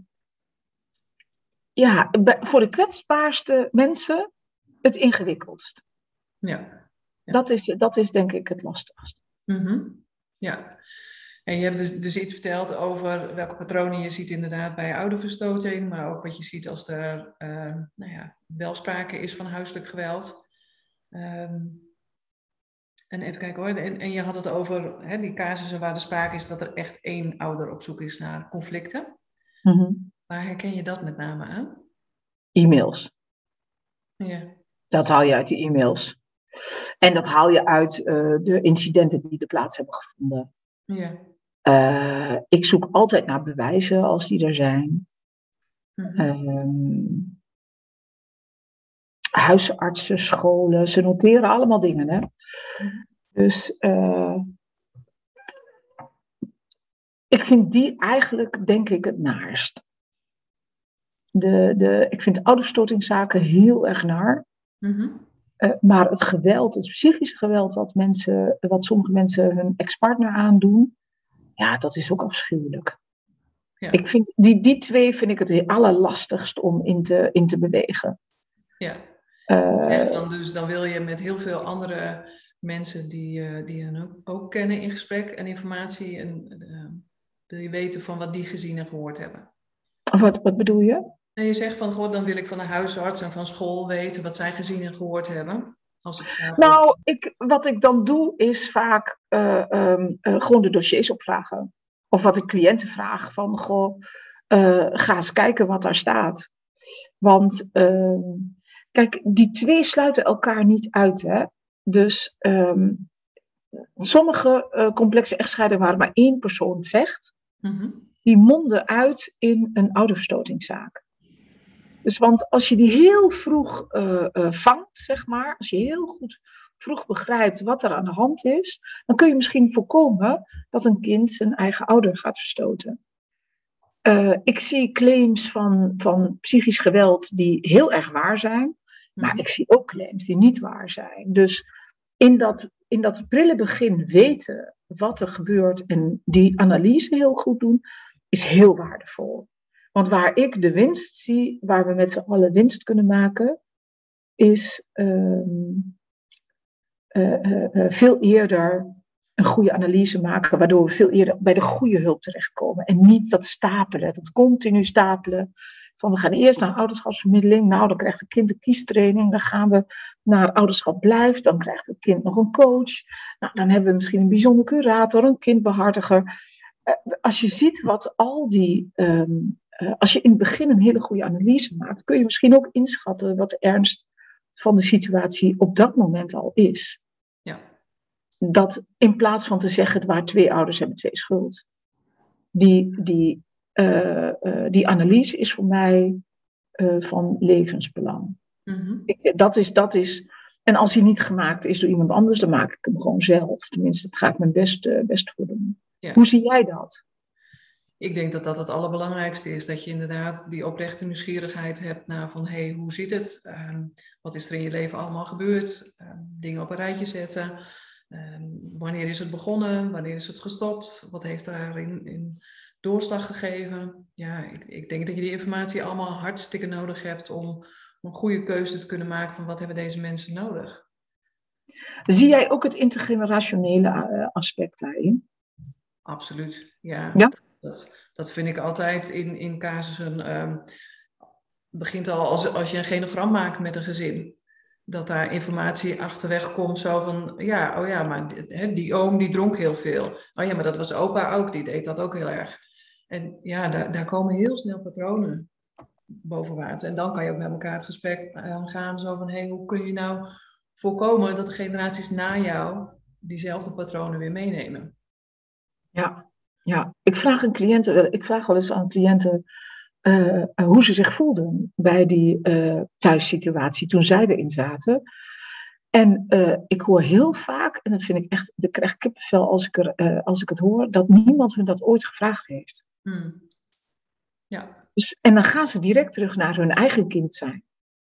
Ja, voor de kwetsbaarste mensen het ingewikkeldst. Ja. Ja. Dat is, dat is denk ik het lastigst. Mm-hmm. Ja. En je hebt dus, dus iets verteld over welke patronen je ziet inderdaad bij ouderverstoting, maar ook wat je ziet als er uh, nou ja, wel sprake is van huiselijk geweld. Um, en even kijken hoor, en, en je had het over hè, die casussen waar er sprake is dat er echt één ouder op zoek is naar conflicten. Mm-hmm. Waar herken je dat met name aan? E-mails. Ja. Dat haal je uit die e-mails. En dat haal je uit uh, de incidenten die er plaats hebben gevonden. Ja. Uh, ik zoek altijd naar bewijzen als die er zijn. Mm-hmm. Um, huisartsen, scholen, ze noteren allemaal dingen. Hè? Mm-hmm. Dus uh, ik vind die eigenlijk, denk ik, het naarst. De, de, ik vind ouderverstotingszaken heel erg naar. Mm-hmm. Uh, maar het geweld, het psychische geweld wat, mensen, wat sommige mensen hun ex-partner aandoen, ja, dat is ook afschuwelijk. Ja. Ik vind, die, die twee vind ik het allerlastigst om in te, in te bewegen. Ja, uh, zeg dan, dus dan wil je met heel veel andere mensen die, uh, die je ook, ook kennen in gesprek en informatie en uh, wil je weten van wat die gezien en gehoord hebben. Wat, wat bedoel je? En je zegt van, goh, dan wil ik van de huisarts en van school weten wat zij gezien en gehoord hebben. Als het gaat nou, over... ik, wat ik dan doe is vaak uh, um, uh, gewoon de dossiers opvragen. Of wat ik cliënten vraag van, goh, Uh, ga eens kijken wat daar staat. Want uh, kijk, die twee sluiten elkaar niet uit. Hè? Dus um, sommige uh, complexe echtscheidingen waar maar één persoon vecht, mm-hmm. die monden uit in een ouderverstotingszaak. Dus want als je die heel vroeg uh, uh, vangt, zeg maar, als je heel goed vroeg begrijpt wat er aan de hand is, dan kun je misschien voorkomen dat een kind zijn eigen ouder gaat verstoten. Uh, ik zie claims van, van psychisch geweld die heel erg waar zijn, maar mm-hmm. ik zie ook claims die niet waar zijn. Dus in dat, in dat prille begin weten wat er gebeurt en die analyse heel goed doen, is heel waardevol. Want waar ik de winst zie, waar we met z'n allen winst kunnen maken, is um, uh, uh, uh, veel eerder een goede analyse maken, waardoor we veel eerder bij de goede hulp terechtkomen. En niet dat stapelen, dat continu stapelen. Van we gaan eerst naar ouderschapsvermiddeling, nou dan krijgt het kind een kiestraining, dan gaan we naar ouderschap blijft, dan krijgt het kind nog een coach. Nou, dan hebben we misschien een bijzonder curator, een kindbehartiger. Uh, als je ziet wat al die... Um, Uh, als je in het begin een hele goede analyse maakt, kun je misschien ook inschatten wat de ernst van de situatie op dat moment al is. Ja. Dat in plaats van te zeggen, het waren twee ouders hebben twee schuld. Die, die, uh, uh, die analyse is voor mij uh, van levensbelang. Mm-hmm. Ik, dat is, dat is, en als hij niet gemaakt is door iemand anders, dan maak ik hem gewoon zelf. Tenminste, daar ga ik mijn best, uh, best voor doen. Ja. Hoe zie jij dat? Ik denk dat dat het allerbelangrijkste is. Dat je inderdaad die oprechte nieuwsgierigheid hebt naar van, hé, hey, hoe zit het? Um, wat is er in je leven allemaal gebeurd? Um, dingen op een rijtje zetten. Um, wanneer is het begonnen? Wanneer is het gestopt? Wat heeft daarin in doorslag gegeven? Ja, ik, ik denk dat je die informatie allemaal hartstikke nodig hebt om, om een goede keuze te kunnen maken van wat hebben deze mensen nodig. Zie jij ook het intergenerationele aspect daarin? Absoluut, ja. Ja? Dat, dat vind ik altijd in, in casussen. Um, begint al als, als je een genogram maakt met een gezin. Dat daar informatie achterweg komt. Zo van, ja, oh ja, maar die, die oom die dronk heel veel. Oh ja, maar dat was opa ook, die deed dat ook heel erg. En ja, daar, daar komen heel snel patronen boven water. En dan kan je ook met elkaar het gesprek aangaan. Zo van, hé, hey, hoe kun je nou voorkomen dat de generaties na jou diezelfde patronen weer meenemen? Ja. Ja, ik vraag, een cliënten, ik vraag wel eens aan cliënten uh, hoe ze zich voelden bij die uh, thuissituatie toen zij erin zaten. En uh, ik hoor heel vaak, en dat vind ik echt, ik krijg kippenvel als ik, er, uh, als ik het hoor, dat niemand hun dat ooit gevraagd heeft. Hmm. Ja. Dus, en dan gaan ze direct terug naar hun eigen kind zijn.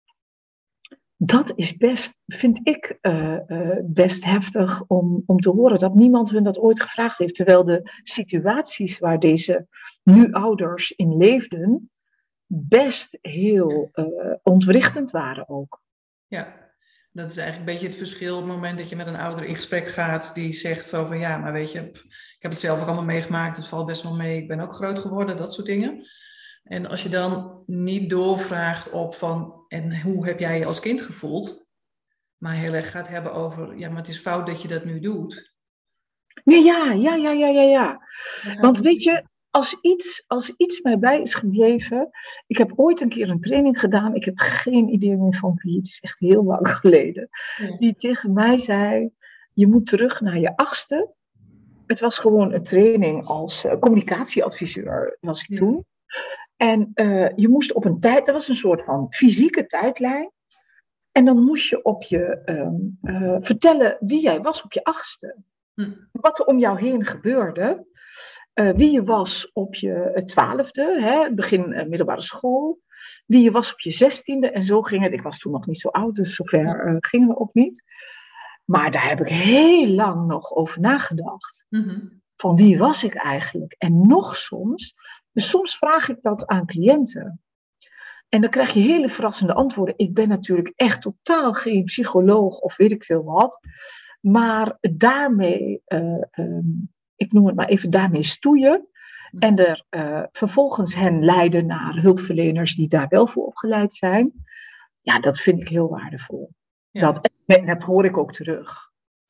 Dat is best, vind ik, uh, uh, best heftig om, om te horen dat niemand hun dat ooit gevraagd heeft. Terwijl de situaties waar deze nu ouders in leefden, best heel uh, ontwrichtend waren ook. Ja, dat is eigenlijk een beetje het verschil op het moment dat je met een ouder in gesprek gaat die zegt zo van ja, maar weet je, ik heb het zelf ook allemaal meegemaakt, het valt best wel mee, ik ben ook groot geworden, dat soort dingen. En als je dan niet doorvraagt op van, en hoe heb jij je als kind gevoeld? Maar heel erg gaat hebben over, ja, maar het is fout dat je dat nu doet. Nee, ja, ja, ja, ja, ja, ja. Want weet je, als iets, als iets mij bij is gebleven, ik heb ooit een keer een training gedaan, ik heb geen idee meer van wie, het is echt heel lang geleden, ja. Die tegen mij zei, je moet terug naar je achtste. Het was gewoon een training als uh, communicatieadviseur, was ik ja. toen. En uh, je moest op een tijd, dat was een soort van fysieke tijdlijn. En dan moest je op je um, uh, vertellen wie jij was op je achtste. Hm. Wat er om jou heen gebeurde. Uh, wie je was op je twaalfde, hè, begin uh, middelbare school. Wie je was op je zestiende. En zo ging het. Ik was toen nog niet zo oud, dus zover uh, gingen we ook niet. Maar daar heb ik heel lang nog over nagedacht. Mm-hmm. Van wie was ik eigenlijk? En nog soms... Dus soms vraag ik dat aan cliënten. En dan krijg je hele verrassende antwoorden. Ik ben natuurlijk echt totaal geen psycholoog of weet ik veel wat. Maar daarmee, uh, um, ik noem het maar even, daarmee stoeien. En er uh, vervolgens hen leiden naar hulpverleners die daar wel voor opgeleid zijn. Ja, dat vind ik heel waardevol. Ja. Dat, en dat hoor ik ook terug.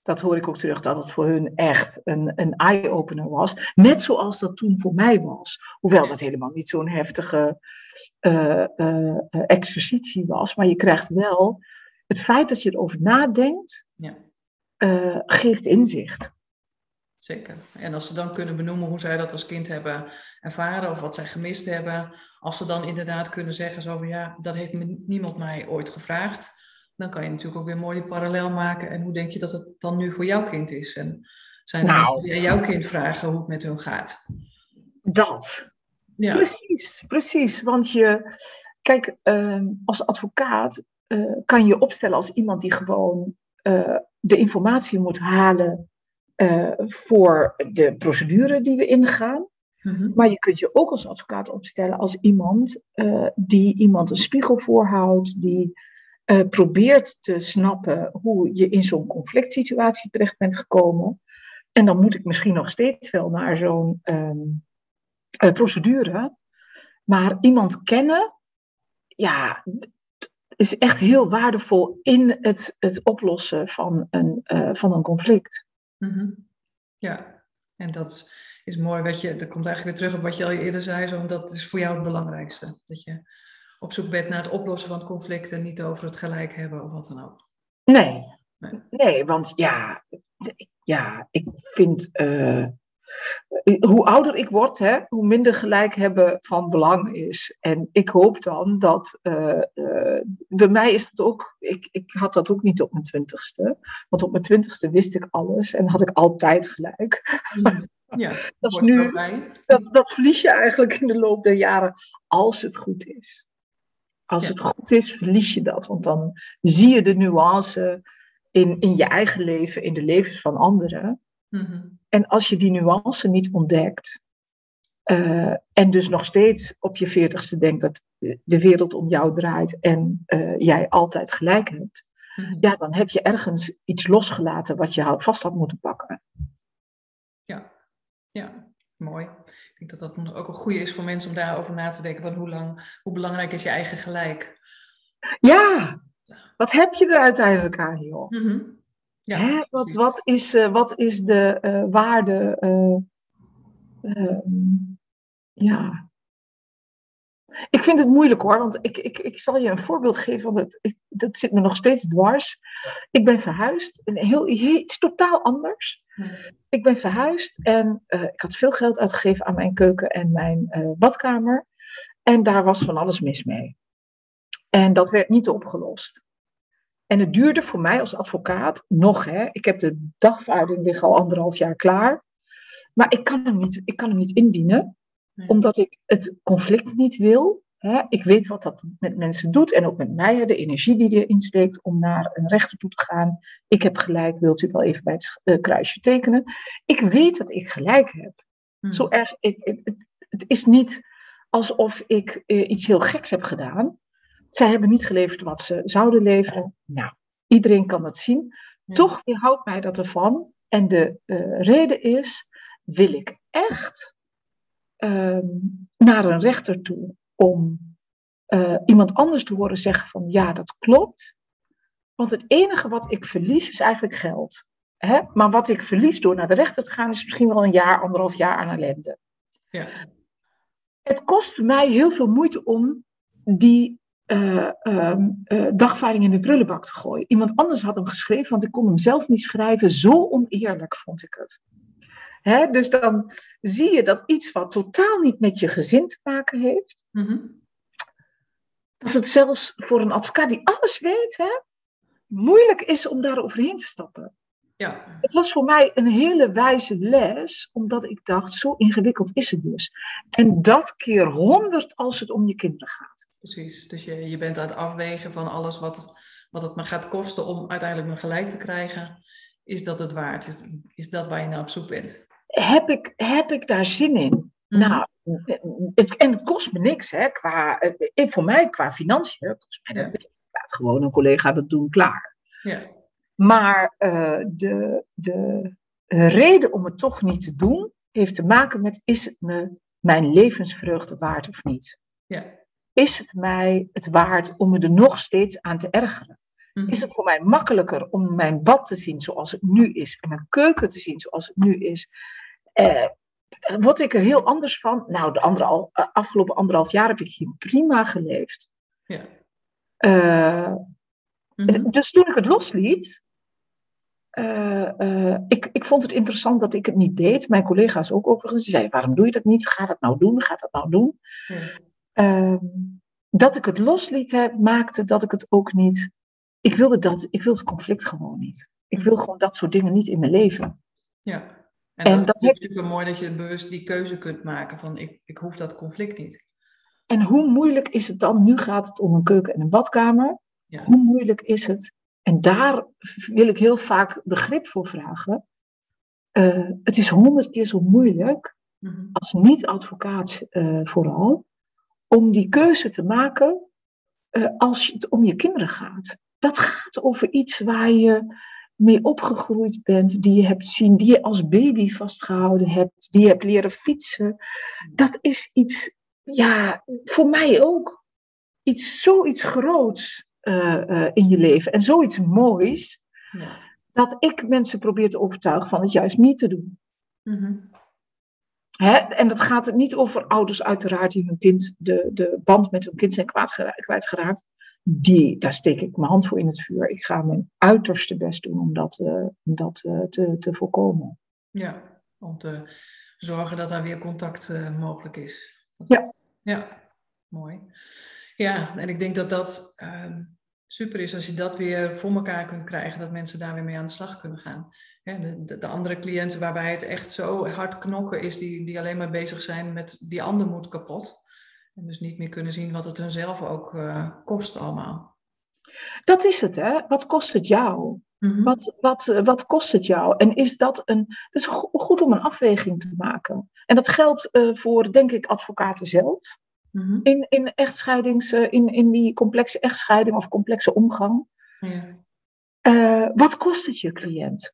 dat hoor ik ook terug, dat het voor hun echt een, een eye-opener was. Net zoals dat toen voor mij was. Hoewel dat helemaal niet zo'n heftige uh, uh, exercitie was. Maar je krijgt wel, het feit dat je erover nadenkt, Ja. uh, geeft inzicht. Zeker. En als ze dan kunnen benoemen hoe zij dat als kind hebben ervaren of wat zij gemist hebben. Als ze dan inderdaad kunnen zeggen zo van ja, dat heeft niemand mij ooit gevraagd. Dan kan je natuurlijk ook weer mooi die parallel maken. En hoe denk je dat het dan nu voor jouw kind is? En zijn er Nou, mensen die aan jouw kind vragen hoe het met hun gaat? Dat. Ja. Precies, precies. Want je, kijk, uh, als advocaat uh, kan je opstellen als iemand die gewoon uh, de informatie moet halen uh, voor de procedure die we ingaan. Mm-hmm. Maar je kunt je ook als advocaat opstellen als iemand uh, die iemand een spiegel voorhoudt, die uh, probeert te snappen hoe je in zo'n conflict situatie terecht bent gekomen. En dan moet ik misschien nog steeds wel naar zo'n um, uh, procedure. Maar iemand kennen, ja, is echt heel waardevol in het, het oplossen van een, uh, van een conflict. Mm-hmm. Ja, en dat is mooi. Wat je, dat komt eigenlijk weer terug op wat je al eerder zei. Zo, dat is voor jou het belangrijkste. Dat je op zoek bent naar het oplossen van het conflict en niet over het gelijk hebben of wat dan ook. Nee, nee, nee want ja, ja, ik vind... Uh, hoe ouder ik word, hè, hoe minder gelijk hebben van belang is. En ik hoop dan dat... Uh, uh, bij mij is het ook... Ik, ik had dat ook niet op mijn twintigste. Want op mijn twintigste wist ik alles en had ik altijd gelijk. Ja, dat, is nu, dat, dat verlies je eigenlijk in de loop der jaren als het goed is. Als ja. het goed is, verlies je dat. Want dan zie je de nuance in, in je eigen leven, in de levens van anderen. Mm-hmm. En als je die nuance niet ontdekt, uh, en dus nog steeds op je veertigste denkt dat de wereld om jou draait en uh, jij altijd gelijk hebt, mm-hmm. ja, dan heb je ergens iets losgelaten wat je vast had moeten pakken. Ja, ja. Mooi. Ik denk dat dat ook een goede is voor mensen om daarover na te denken. Van hoe lang, hoe belangrijk is je eigen gelijk? Ja, wat heb je er uiteindelijk aan, joh? Mm-hmm. Ja, Hè? Wat, wat, is, uh, wat is de uh, waarde? Uh, uh, ja. Ik vind het moeilijk hoor, want ik, ik, ik zal je een voorbeeld geven, want het, ik, dat zit me nog steeds dwars. Ik ben verhuisd, een heel, heel, iets totaal anders. Mm. Ik ben verhuisd en uh, ik had veel geld uitgegeven aan mijn keuken en mijn uh, badkamer. En daar was van alles mis mee. En dat werd niet opgelost. En het duurde voor mij als advocaat nog, hè. Ik heb de dagvaarding liggen al anderhalf jaar klaar. Maar ik kan hem niet, ik kan hem niet indienen. Nee. Omdat ik het conflict niet wil. Hè. Ik weet wat dat met mensen doet. En ook met mij, hè, de energie die erin steekt om naar een rechter toe te gaan. Ik heb gelijk, wilt u wel even bij het uh, kruisje tekenen. Ik weet dat ik gelijk heb. Hmm. Zo erg, ik, het, het, het is niet alsof ik uh, iets heel geks heb gedaan. Zij hebben niet geleverd wat ze zouden leveren. Nou, iedereen kan dat zien. Ja. Toch weerhoudt mij dat ervan. En de uh, reden is, wil ik echt um, naar een rechter toe om uh, iemand anders te horen zeggen van ja, dat klopt. Want het enige wat ik verlies is eigenlijk geld. Hè? Maar wat ik verlies door naar de rechter te gaan is misschien wel een jaar, anderhalf jaar aan ellende. Ja. Het kost mij heel veel moeite om die Uh, um, uh, dagvaarding in de prullenbak te gooien. Iemand anders had hem geschreven, want ik kon hem zelf niet schrijven. Zo oneerlijk vond ik het. Hè? Dus dan zie je dat iets wat totaal niet met je gezin te maken heeft, mm-hmm. dat het zelfs voor een advocaat die alles weet, hè, moeilijk is om daar overheen te stappen. Ja. Het was voor mij een hele wijze les, omdat ik dacht, zo ingewikkeld is het dus. En dat keer honderd als het om je kinderen gaat. Precies, dus je, je bent aan het afwegen van alles wat, wat het me gaat kosten om uiteindelijk me gelijk te krijgen. Is dat het waard? Is, is dat waar je naar op zoek bent? Heb ik, heb ik daar zin in? Mm-hmm. Nou, het, en het kost me niks, hè, qua, voor mij qua financiën. Kost mij dat niks. Laat gewoon een collega dat doen, klaar. Ja. Maar uh, de, de reden om het toch niet te doen, heeft te maken met, is het me mijn levensvreugde waard of niet? Ja. Is het mij het waard om me er nog steeds aan te ergeren? Mm-hmm. is het voor mij makkelijker om mijn bad te zien zoals het nu is en mijn keuken te zien zoals het nu is. Uh, word ik er heel anders van? Nou, de andere, uh, afgelopen anderhalf jaar heb ik hier prima geleefd. Ja. Uh, mm-hmm. Dus toen ik het losliet, uh, uh, ik, ik vond het interessant dat ik het niet deed. Mijn collega's ook overigens. Die zeiden, waarom doe je dat niet? Ga dat nou doen? Ga dat nou doen? Ja. Uh, dat ik het losliet, hè, maakte dat ik het ook niet... Ik wilde dat, ik wilde het conflict gewoon niet. Ik wil gewoon dat soort dingen niet in mijn leven. Ja. En, en dat, dat is heb... super mooi dat je bewust die keuze kunt maken van ik, ik hoef dat conflict niet. En hoe moeilijk is het dan? Nu gaat het om een keuken en een badkamer. Ja. Hoe moeilijk is het? En daar wil ik heel vaak begrip voor vragen. Uh, het is honderd keer zo moeilijk, mm-hmm. als niet-advocaat uh, vooral, om die keuze te maken uh, als het om je kinderen gaat. Dat gaat over iets waar je mee opgegroeid bent, die je hebt zien, die je als baby vastgehouden hebt, die je hebt leren fietsen. Dat is iets, ja, voor mij ook, iets, zoiets groots uh, uh, in je leven en zoiets moois, ja. dat ik mensen probeer te overtuigen van het juist niet te doen. Mm-hmm. Hè? En dat gaat het niet over ouders uiteraard die hun kind, de, de band met hun kind zijn kwijtgeraakt. Die, daar steek ik mijn hand voor in het vuur. Ik ga mijn uiterste best doen om dat, uh, om dat uh, te, te voorkomen. Ja, om te zorgen dat daar weer contact uh, mogelijk is. Dat ja. Ja, mooi. Ja, en ik denk dat dat uh, super is als je dat weer voor elkaar kunt krijgen. Dat mensen daar weer mee aan de slag kunnen gaan. Ja, de, de, de andere cliënten waarbij het echt zo hard knokken is. Die, die alleen maar bezig zijn met die ander moet kapot. En dus niet meer kunnen zien wat het hunzelf ook uh, kost allemaal. Dat is het, hè? Wat kost het jou? Mm-hmm. Wat, wat, wat kost het jou? En is dat een... Het is goed om een afweging te maken. En dat geldt uh, voor, denk ik, advocaten zelf. Mm-hmm. In, in echtscheidings... Uh, in, in die complexe echtscheiding of complexe omgang. Ja. Uh, wat kost het je cliënt?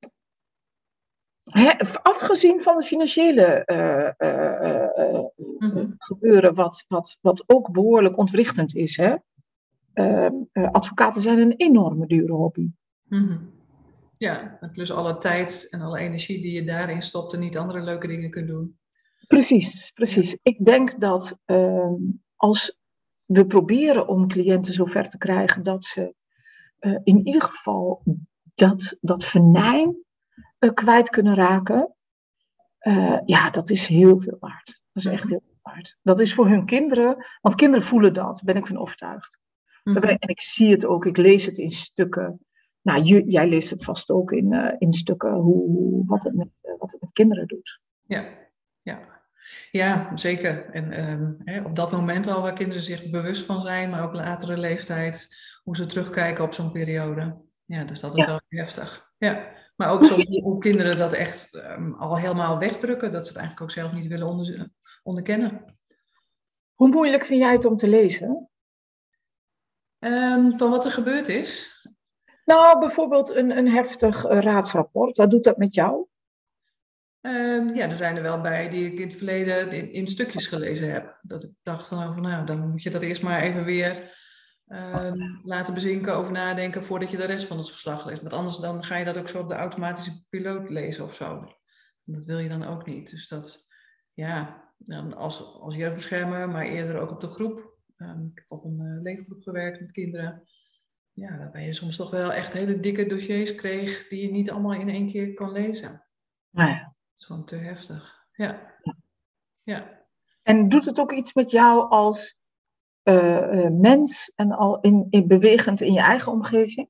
Hè, afgezien van het financiële uh, uh, uh, mm-hmm. gebeuren, wat, wat, wat ook behoorlijk ontwrichtend is. Hè? Uh, uh, advocaten zijn een enorme dure hobby. Mm-hmm. Ja, en plus alle tijd en alle energie die je daarin stopt en niet andere leuke dingen kunt doen. Precies, precies. Ja. Ik denk dat uh, als we proberen om cliënten zover te krijgen dat ze uh, in ieder geval dat, dat venijn uh, kwijt kunnen raken, uh, ja, dat is heel veel waard. Dat is echt heel veel waard. Dat is voor hun kinderen, want kinderen voelen dat, daar ben ik van overtuigd. Mm-hmm. En ik zie het ook, ik lees het in stukken. Nou, j- jij leest het vast ook in, uh, in stukken, hoe, wat, het met, uh, wat het met kinderen doet. Ja, ja. Ja, zeker. En um, hè, op dat moment al waar kinderen zich bewust van zijn, maar ook latere leeftijd, hoe ze terugkijken op zo'n periode. Ja, dus dat is ja. wel heftig. Ja. Maar ook soms hoe kinderen dat echt um, al helemaal wegdrukken, dat ze het eigenlijk ook zelf niet willen onder, onderkennen. Hoe moeilijk vind jij het om te lezen? Um, van wat er gebeurd is? Nou, bijvoorbeeld een, een heftig uh, raadsrapport. Wat doet dat met jou? Um, ja, er zijn er wel bij die ik in het verleden in, in stukjes gelezen heb. Dat ik dacht van, van, nou, dan moet je dat eerst maar even weer um, laten bezinken, over nadenken voordat je de rest van het verslag leest. Want anders dan ga je dat ook zo op de automatische piloot lezen of zo. Dat wil je dan ook niet. Dus dat, ja, dan als, als jeugdbeschermer, maar eerder ook op de groep. Um, ik heb op een uh, leefgroep gewerkt met kinderen. Ja, waarbij je soms toch wel echt hele dikke dossiers kreeg die je niet allemaal in één keer kan lezen. Nou ja. Dat is gewoon te heftig. Ja. Ja. En doet het ook iets met jou als uh, uh, mens en al in, in bewegend in je eigen omgeving?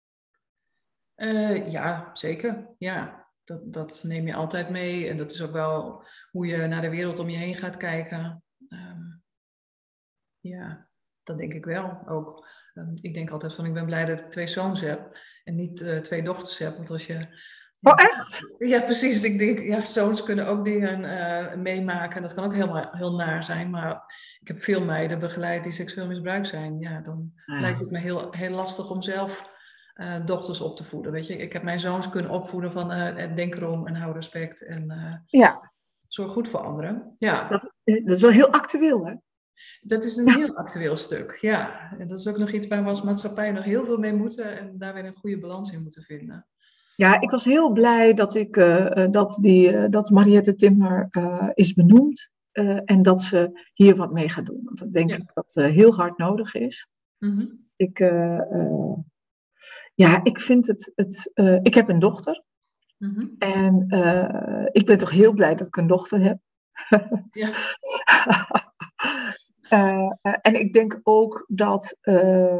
Uh, ja, zeker. Ja, dat, dat neem je altijd mee. En dat is ook wel hoe je naar de wereld om je heen gaat kijken. Um, ja, dat denk ik wel ook. Um, ik denk altijd van, ik ben blij dat ik twee zoons heb en niet uh, twee dochters heb. Want als je... Oh, echt? Ja, precies. Ik denk, ja, zoons kunnen ook dingen uh, meemaken. Dat kan ook heel, heel naar zijn. Maar ik heb veel meiden begeleid die seksueel misbruikt zijn. Ja, dan ja. lijkt het me heel, heel lastig om zelf uh, dochters op te voeden. Weet je, ik heb mijn zoons kunnen opvoeden van uh, denk erom en hou respect. En uh, ja. zorg goed voor anderen. Ja. Dat, dat is wel heel actueel, hè? Dat is een heel actueel stuk, ja. En dat is ook nog iets waar we als maatschappij nog heel veel mee moeten en daar weer een goede balans in moeten vinden. Ja, ik was heel blij dat, ik, uh, dat, die, uh, dat Mariette Timmer uh, is benoemd uh, en dat ze hier wat mee gaat doen. Want dan denk Ja. ik dat uh, heel hard nodig is. Mm-hmm. Ik, uh, uh, ja, ik vind het. het uh, ik heb een dochter. Mm-hmm. En uh, ik ben toch heel blij dat ik een dochter heb. Ja. uh, uh, en ik denk ook dat. Uh,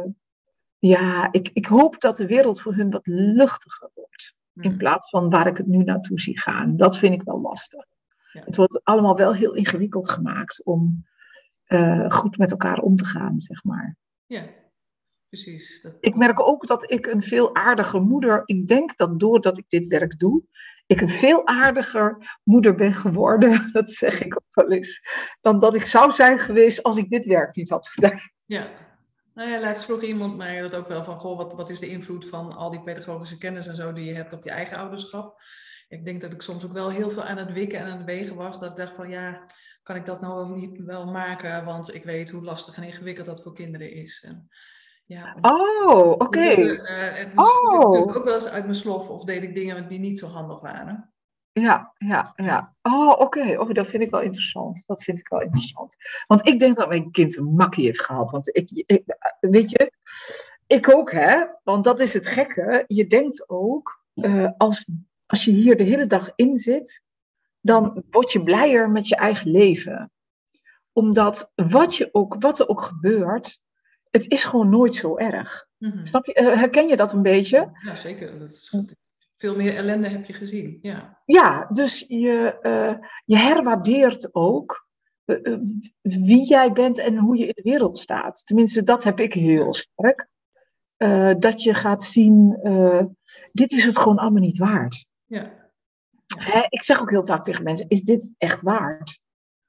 ja, ik, ik hoop dat de wereld voor hun wat luchtiger wordt. Mm. In plaats van waar ik het nu naartoe zie gaan. Dat vind ik wel lastig. Ja. Het wordt allemaal wel heel ingewikkeld gemaakt om uh, goed met elkaar om te gaan, zeg maar. Ja. Precies. Dat... Ik merk ook dat ik een veel aardiger moeder... Ik denk dat doordat ik dit werk doe... ik een veel aardiger moeder ben geworden... dat zeg ik ook wel eens... dan dat ik zou zijn geweest als ik dit werk niet had gedaan. Ja. Nou ja, laatst vroeg iemand mij dat ook wel van... Goh, wat, wat is de invloed van al die pedagogische kennis en zo... die je hebt op je eigen ouderschap? Ik denk dat ik soms ook wel heel veel aan het wikken en aan het wegen was... dat ik dacht van ja... kan ik dat nou wel niet wel maken? Want ik weet hoe lastig en ingewikkeld dat voor kinderen is... En, ja, oh, oké. Okay. Dus, uh, dus oh. ik natuurlijk ook wel eens uit mijn slof of deed ik dingen die niet zo handig waren. Ja, ja, ja. Oh, oké. Okay. Oh, dat vind ik wel interessant. Dat vind ik wel interessant. Want ik denk dat mijn kind een makkie heeft gehad. Want ik, ik weet je, ik ook hè. Want dat is het gekke. Je denkt ook, uh, als, als je hier de hele dag in zit, dan word je blijer met je eigen leven. Omdat wat, je ook, wat er ook gebeurt, het is gewoon nooit zo erg. Mm-hmm. Snap je? Uh, herken je dat een beetje? Ja, zeker. Dat is goed. Veel meer ellende heb je gezien. Ja, ja dus je, uh, je herwaardeert ook uh, uh, wie jij bent en hoe je in de wereld staat. Tenminste, dat heb ik heel sterk. Uh, dat je gaat zien, uh, dit is het gewoon allemaal niet waard. Ja. Ja. Hè, ik zeg ook heel vaak tegen mensen, is dit echt waard?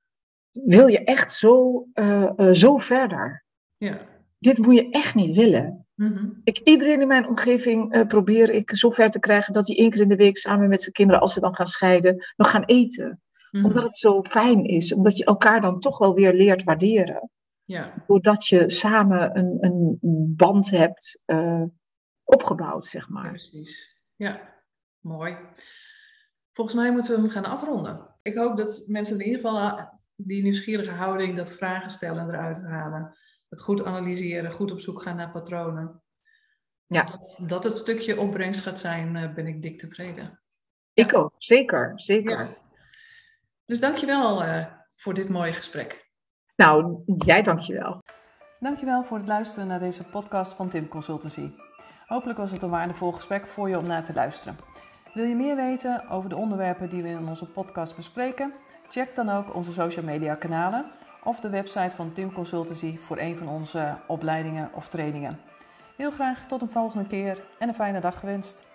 Wil je echt zo, uh, uh, zo verder? Ja. Dit moet je echt niet willen. Mm-hmm. Ik, iedereen in mijn omgeving uh, probeer ik zo ver te krijgen dat hij één keer in de week samen met zijn kinderen, als ze dan gaan scheiden, nog gaan eten. Mm-hmm. Omdat het zo fijn is. Omdat je elkaar dan toch wel weer leert waarderen. Ja. Doordat je samen een, een band hebt uh, opgebouwd, zeg maar. Ja, precies. Ja, mooi. Volgens mij moeten we hem gaan afronden. Ik hoop dat mensen in ieder geval die nieuwsgierige houding, dat vragen stellen eruit halen. Het goed analyseren, goed op zoek gaan naar patronen. Ja. Dat, dat het stukje opbrengst gaat zijn, uh, ben ik dik tevreden. Ik ja. ook, zeker, zeker. Ja. Dus dankjewel uh, voor dit mooie gesprek. Nou, jij dankjewel. Dankjewel voor het luisteren naar deze podcast van Tim Consultancy. Hopelijk was het een waardevol gesprek voor je om naar te luisteren. Wil je meer weten over de onderwerpen die we in onze podcast bespreken? Check dan ook onze social media kanalen of de website van Tim Consultancy voor een van onze opleidingen of trainingen. Heel graag tot een volgende keer en een fijne dag gewenst.